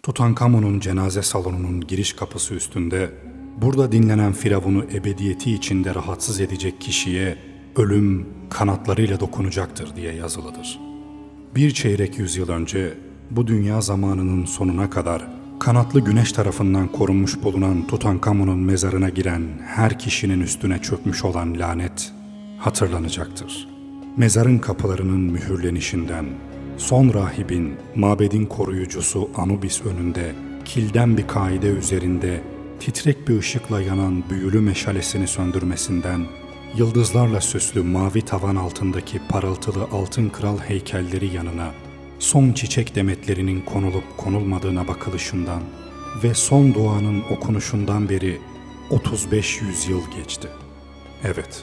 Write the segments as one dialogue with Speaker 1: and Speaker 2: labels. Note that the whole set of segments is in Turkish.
Speaker 1: Tutankamon'un cenaze salonunun giriş kapısı üstünde, burada dinlenen Firavun'u ebediyeti içinde rahatsız edecek kişiye ölüm kanatlarıyla dokunacaktır diye yazılıdır. Bir çeyrek yüzyıl önce bu dünya zamanının sonuna kadar kanatlı güneş tarafından korunmuş bulunan Tutankamon'un mezarına giren her kişinin üstüne çökmüş olan lanet hatırlanacaktır. Mezarın kapılarının mühürlenişinden, son rahibin, mabedin koruyucusu Anubis önünde, kilden bir kaide üzerinde titrek bir ışıkla yanan büyülü meşalesini söndürmesinden, yıldızlarla süslü mavi tavan altındaki parıltılı altın kral heykelleri yanına, son çiçek demetlerinin konulup konulmadığına bakılışından ve son duanın okunuşundan beri 35 yüzyıl geçti. Evet,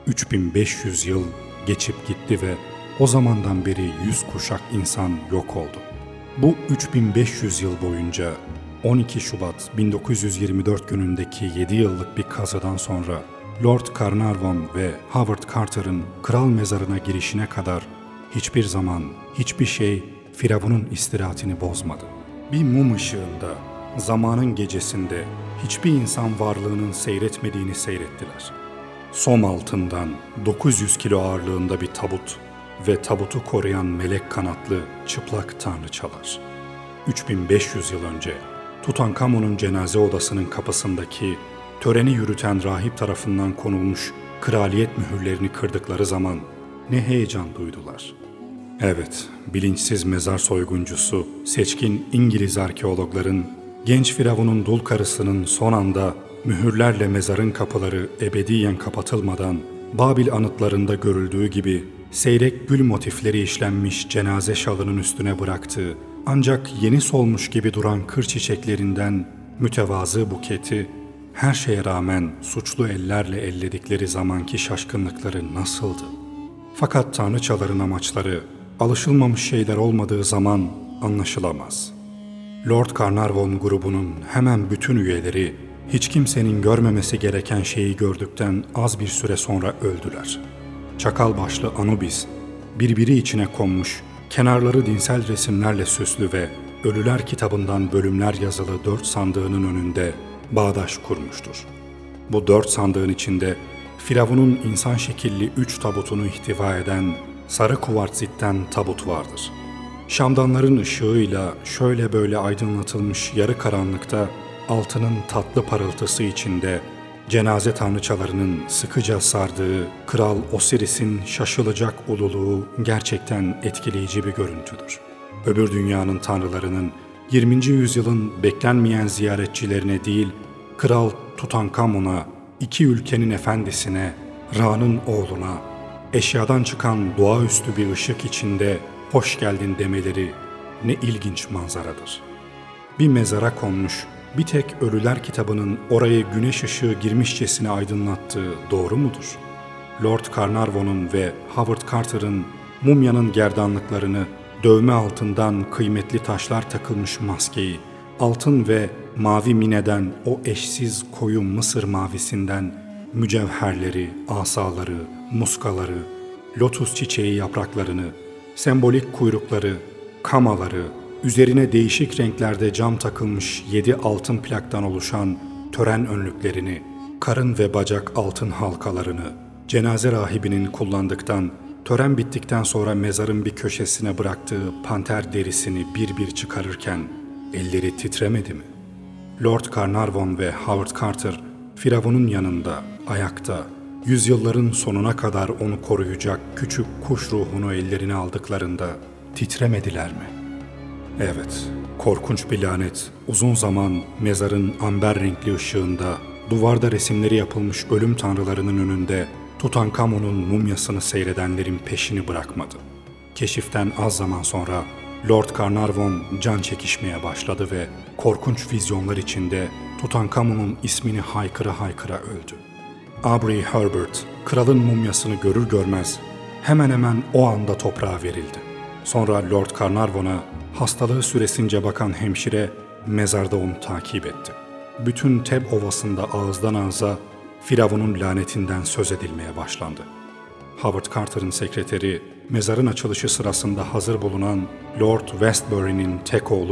Speaker 1: 3500 yıl geçip gitti ve o zamandan beri 100 kuşak insan yok oldu. Bu 3500 yıl boyunca 12 Şubat 1924 günündeki 7 yıllık bir kazadan sonra Lord Carnarvon ve Howard Carter'ın kral mezarına girişine kadar hiçbir zaman, hiçbir şey Firavun'un istirahatini bozmadı. Bir mum ışığında, zamanın gecesinde hiçbir insan varlığının seyretmediğini seyrettiler. Som altından 900 kilo ağırlığında bir tabut ve tabutu koruyan melek kanatlı çıplak tanrıçalar. 3500 yıl önce Tutankamon'un cenaze odasının kapısındaki töreni yürüten rahip tarafından konulmuş kraliyet mühürlerini kırdıkları zaman ne heyecan duydular. Evet, bilinçsiz mezar soyguncusu, seçkin İngiliz arkeologların, genç Firavun'un dul karısının son anda mühürlerle mezarın kapıları ebediyen kapatılmadan, Babil anıtlarında görüldüğü gibi seyrek gül motifleri işlenmiş cenaze şalının üstüne bıraktığı, ancak yeni solmuş gibi duran kır çiçeklerinden mütevazı buketi, her şeye rağmen suçlu ellerle elledikleri zamanki şaşkınlıkları nasıldı? Fakat tanrıçaların amaçları, alışılmamış şeyler olmadığı zaman anlaşılamaz. Lord Carnarvon grubunun hemen bütün üyeleri, hiç kimsenin görmemesi gereken şeyi gördükten az bir süre sonra öldüler. Çakal başlı Anubis, birbiri içine konmuş, kenarları dinsel resimlerle süslü ve Ölüler kitabından bölümler yazılı 4 sandığının önünde bağdaş kurmuştur. Bu 4 sandığın içinde Firavun'un insan şekilli 3 tabutunu ihtiva eden sarı kuvartsitten tabut vardır. Şamdanların ışığıyla şöyle böyle aydınlatılmış yarı karanlıkta altının tatlı parıltısı içinde cenaze tanrıçalarının sıkıca sardığı Kral Osiris'in şaşılacak ululuğu gerçekten etkileyici bir görüntüdür. Öbür dünyanın tanrılarının 20. yüzyılın beklenmeyen ziyaretçilerine değil, Kral Tutankamon'a, iki ülkenin efendisine, Ra'nın oğluna, eşyadan çıkan doğaüstü bir ışık içinde hoş geldin demeleri ne ilginç manzaradır. Bir mezara konmuş, bir tek Ölüler kitabının orayı güneş ışığı girmişçesine aydınlattığı doğru mudur? Lord Carnarvon'un ve Howard Carter'ın mumyanın gerdanlıklarını, dövme altından kıymetli taşlar takılmış maskeyi, altın ve mavi mineden o eşsiz koyu Mısır mavisinden mücevherleri, asaları, muskaları, lotus çiçeği yapraklarını, sembolik kuyrukları, kamaları, üzerine değişik renklerde cam takılmış 7 altın plaktan oluşan tören önlüklerini, karın ve bacak altın halkalarını, cenaze rahibinin kullandıktan, tören bittikten sonra mezarın bir köşesine bıraktığı panter derisini bir bir çıkarırken elleri titremedi mi? Lord Carnarvon ve Howard Carter, Firavun'un yanında, ayakta, yüzyılların sonuna kadar onu koruyacak küçük kuş ruhunu ellerine aldıklarında titremediler mi? Evet, korkunç bir lanet uzun zaman mezarın amber renkli ışığında, duvarda resimleri yapılmış ölüm tanrılarının önünde Tutankamon'un mumyasını seyredenlerin peşini bırakmadı. Keşiften az zaman sonra Lord Carnarvon can çekişmeye başladı ve korkunç vizyonlar içinde Tutankamon'un ismini haykıra haykıra öldü. Aubrey Herbert, kralın mumyasını görür görmez hemen hemen o anda toprağa verildi. Sonra Lord Carnarvon'a hastalığı süresince bakan hemşire mezarda onu takip etti. Bütün Teb Ovası'nda ağızdan ağza Firavun'un lanetinden söz edilmeye başlandı. Howard Carter'ın sekreteri, mezarın açılışı sırasında hazır bulunan Lord Westbury'nin tek oğlu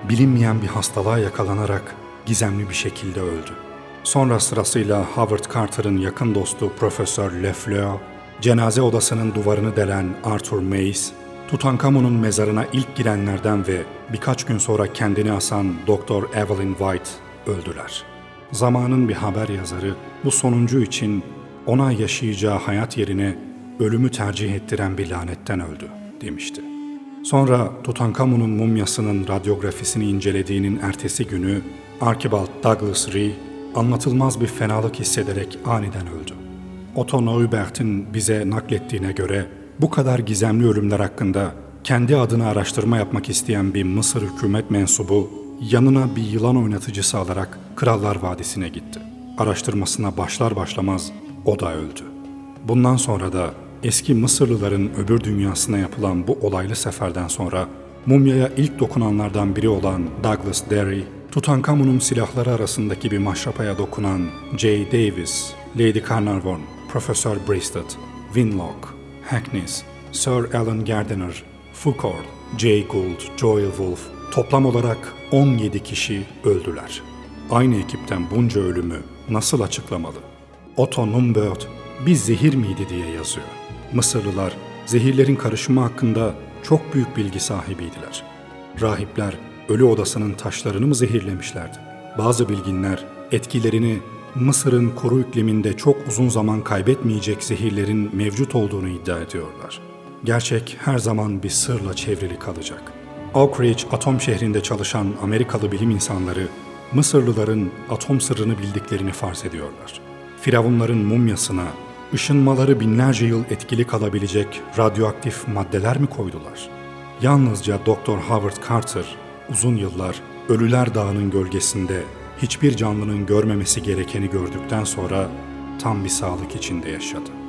Speaker 1: bilinmeyen bir hastalığa yakalanarak gizemli bir şekilde öldü. Sonra sırasıyla Howard Carter'ın yakın dostu Profesör Lefleur, cenaze odasının duvarını delen Arthur Mace, Tutankamon'un mezarına ilk girenlerden ve birkaç gün sonra kendini asan Dr. Evelyn White öldüler. Zamanın bir haber yazarı bu sonuncu için ona yaşayacağı hayat yerine ölümü tercih ettiren bir lanetten öldü demişti. Sonra Tutankamon'un mumyasının radyografisini incelediğinin ertesi günü Archibald Douglas Ree anlatılmaz bir fenalık hissederek aniden öldü. Otto Neubert'in bize naklettiğine göre bu kadar gizemli ölümler hakkında kendi adına araştırma yapmak isteyen bir Mısır hükümet mensubu yanına bir yılan oynatıcısı alarak Krallar Vadisi'ne gitti. Araştırmasına başlar başlamaz o da öldü. Bundan sonra da eski Mısırlıların öbür dünyasına yapılan bu olaylı seferden sonra mumyaya ilk dokunanlardan biri olan Douglas Derry, Tutankamon'un silahları arasındaki bir maşrapaya dokunan J. Davis, Lady Carnarvon, Profesör Bristol, Winlock, Hackness, Sir Alan Gardiner, Foucault, J. Gould, Joel Wolfe, toplam olarak 17 kişi öldüler. Aynı ekipten bunca ölümü nasıl açıklamalı? Otto Numbert bir zehir miydi diye yazıyor. Mısırlılar zehirlerin karışımı hakkında çok büyük bilgi sahibiydiler. Rahipler ölü odasının taşlarını mı zehirlemişlerdi? Bazı bilginler etkilerini Mısır'ın kuru ikliminde çok uzun zaman kaybetmeyecek zehirlerin mevcut olduğunu iddia ediyorlar. Gerçek her zaman bir sırla çevrili kalacak. Oak Ridge atom şehrinde çalışan Amerikalı bilim insanları Mısırlıların atom sırrını bildiklerini farz ediyorlar. Firavunların mumyasına ışınmaları binlerce yıl etkili kalabilecek radyoaktif maddeler mi koydular? Yalnızca Dr. Howard Carter uzun yıllar Ölüler Dağı'nın gölgesinde hiçbir canlının görmemesi gerekeni gördükten sonra tam bir sağlık içinde yaşadı.